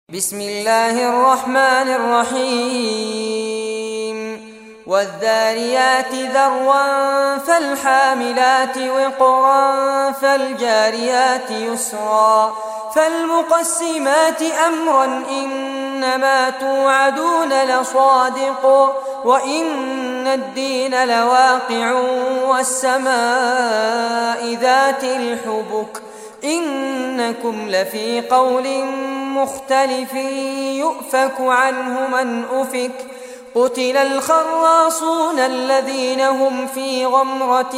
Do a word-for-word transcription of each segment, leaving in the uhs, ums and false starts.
بسم الله الرحمن الرحيم والذاريات ذروا فالحاملات وقرا فالجاريات يسرا فالمقسمات أمرا إنما توعدون لصادق وإن الدين لواقع والسماء ذات الحبك إنكم لفي قول مختلف يؤفك عنه من أفك قتل الخراصون الذين هم في غمرة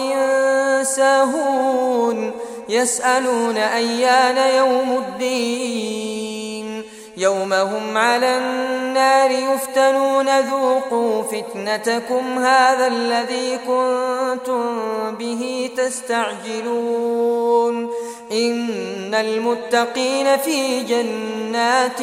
ساهون يسألون أيان يوم الدين يوم هم على النار يفتنون ذوقوا فتنتكم هذا الذي كنتم به تستعجلون إن المتقين في جنات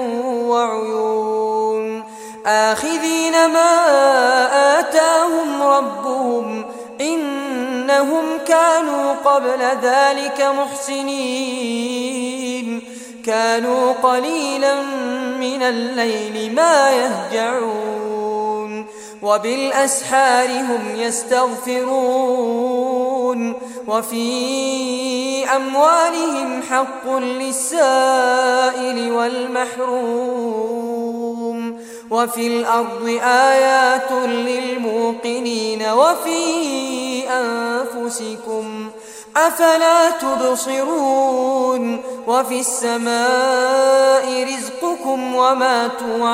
وعيون آخذين ما آتاهم ربهم إنهم كانوا قبل ذلك محسنين كانوا قليلا من الليل ما يهجعون وبالأسحار هم يستغفرون وفي أموالهم حق للسائل والمحروم وفي الأرض آيات للموقنين وفي أنفسكم أفلا تبصرون وفي السماء رزقكم وما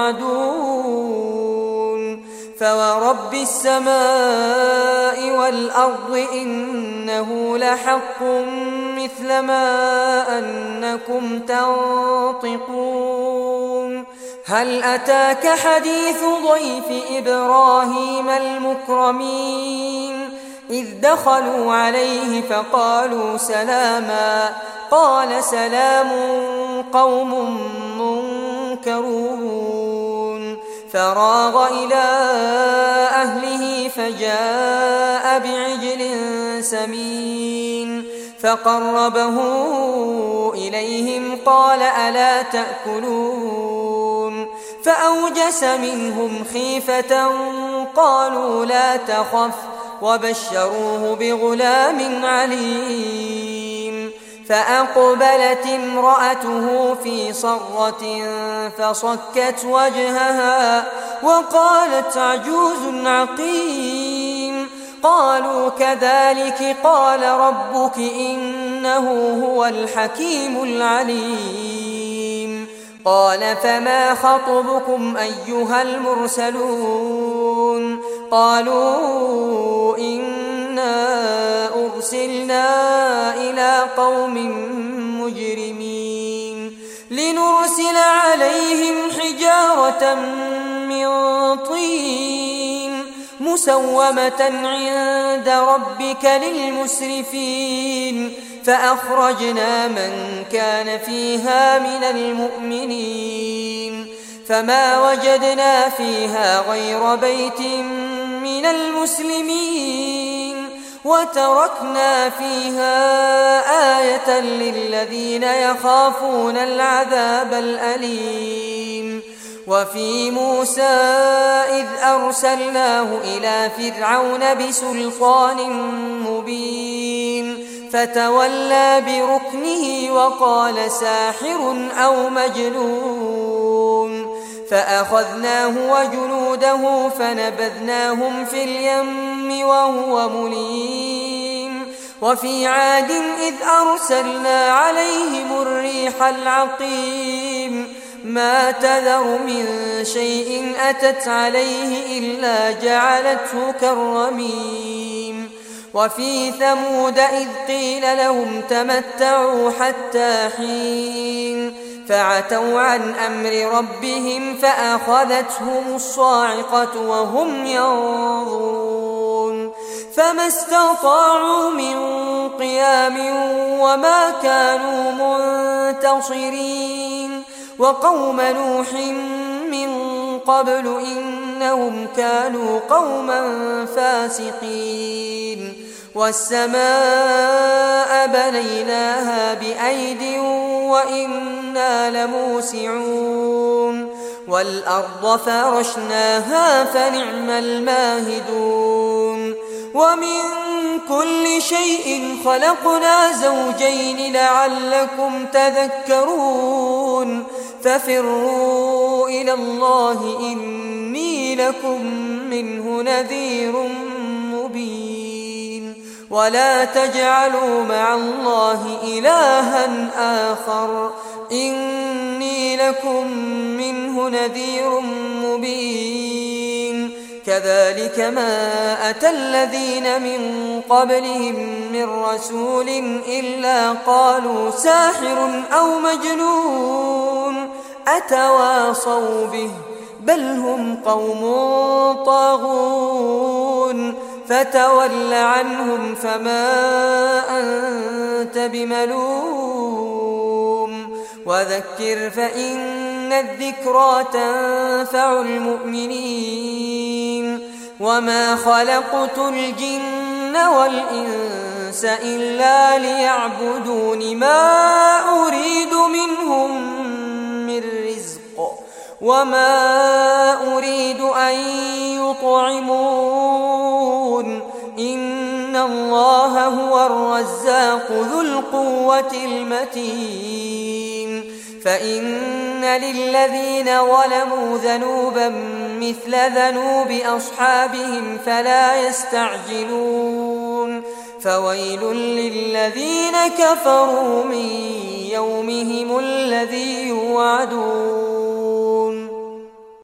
توعدون فورب السماء والأرض إنه لحق مثل ما أنكم تنطقون هل أتاك حديث ضيف إبراهيم المكرمين إذ دخلوا عليه فقالوا سلاما قال سلام قوم منكرون فراغ إلى أهله فجاء بعجل سمين فقربه إليهم قال ألا تأكلون فأوجس منهم خيفة قالوا لا تخف وبشروه بغلام عليم فأقبلت امرأته في صرة فصكت وجهها وقالت عجوز عقيم قالوا كذلك قال ربك إنه هو الحكيم العليم قال فما خطبكم أيها المرسلون قالوا إنا أرسلنا إلى قوم مجرمين لنرسل عليهم حجارة من طين مسومة عند ربك للمسرفين فأخرجنا من كان فيها من المؤمنين فما وجدنا فيها غير بيت من المسلمين وتركنا فيها آية للذين يخافون العذاب الأليم وفي موسى إذ أرسلناه إلى فرعون بسلطان مبين فتولى بركنه وقال ساحر أو مجنون فأخذناه وجنوده فنبذناهم في اليم وهو مليم وفي عاد إذ أرسلنا عليهم الريح العقيم ما تذر من شيء أتت عليه إلا جعلته كالرميم وفي ثمود إذ قيل لهم تمتعوا حتى حين فعتوا عن أمر ربهم فأخذتهم الصاعقة وهم ينظرون فما استطاعوا من قيام وما كانوا منتصرين وقوم نوح من قبل إنهم كانوا قوما فاسقين والسماء بنيناها بأيد وإنا لموسعون والأرض فرشناها فنعم الماهدون ومن كل شيء خلقنا زوجين لعلكم تذكرون ففروا إلى الله إني لكم منه نذير مبين ولا تجعلوا مع الله إلها آخر إني لكم منه نذير مبين كذلك ما أتى الذين من قبلهم من رسول إلا قالوا ساحر أو مجنون أتواصوا به بل هم قوم طاغون فتول عنهم فما أنت بملوم وذكر فإن الذكرى تنفع المؤمنين وما خلقت الجن والإنس إلا ليعبدون ما أريد منهم من رزق وما أريد أن يطعمون إن الله هو الرزاق ذو القوة المتين فإن للذين ظلموا ذنوبا مثل ذنوب أصحابهم فلا يستعجلون فويل للذين كفروا من يومهم الذي يوعدون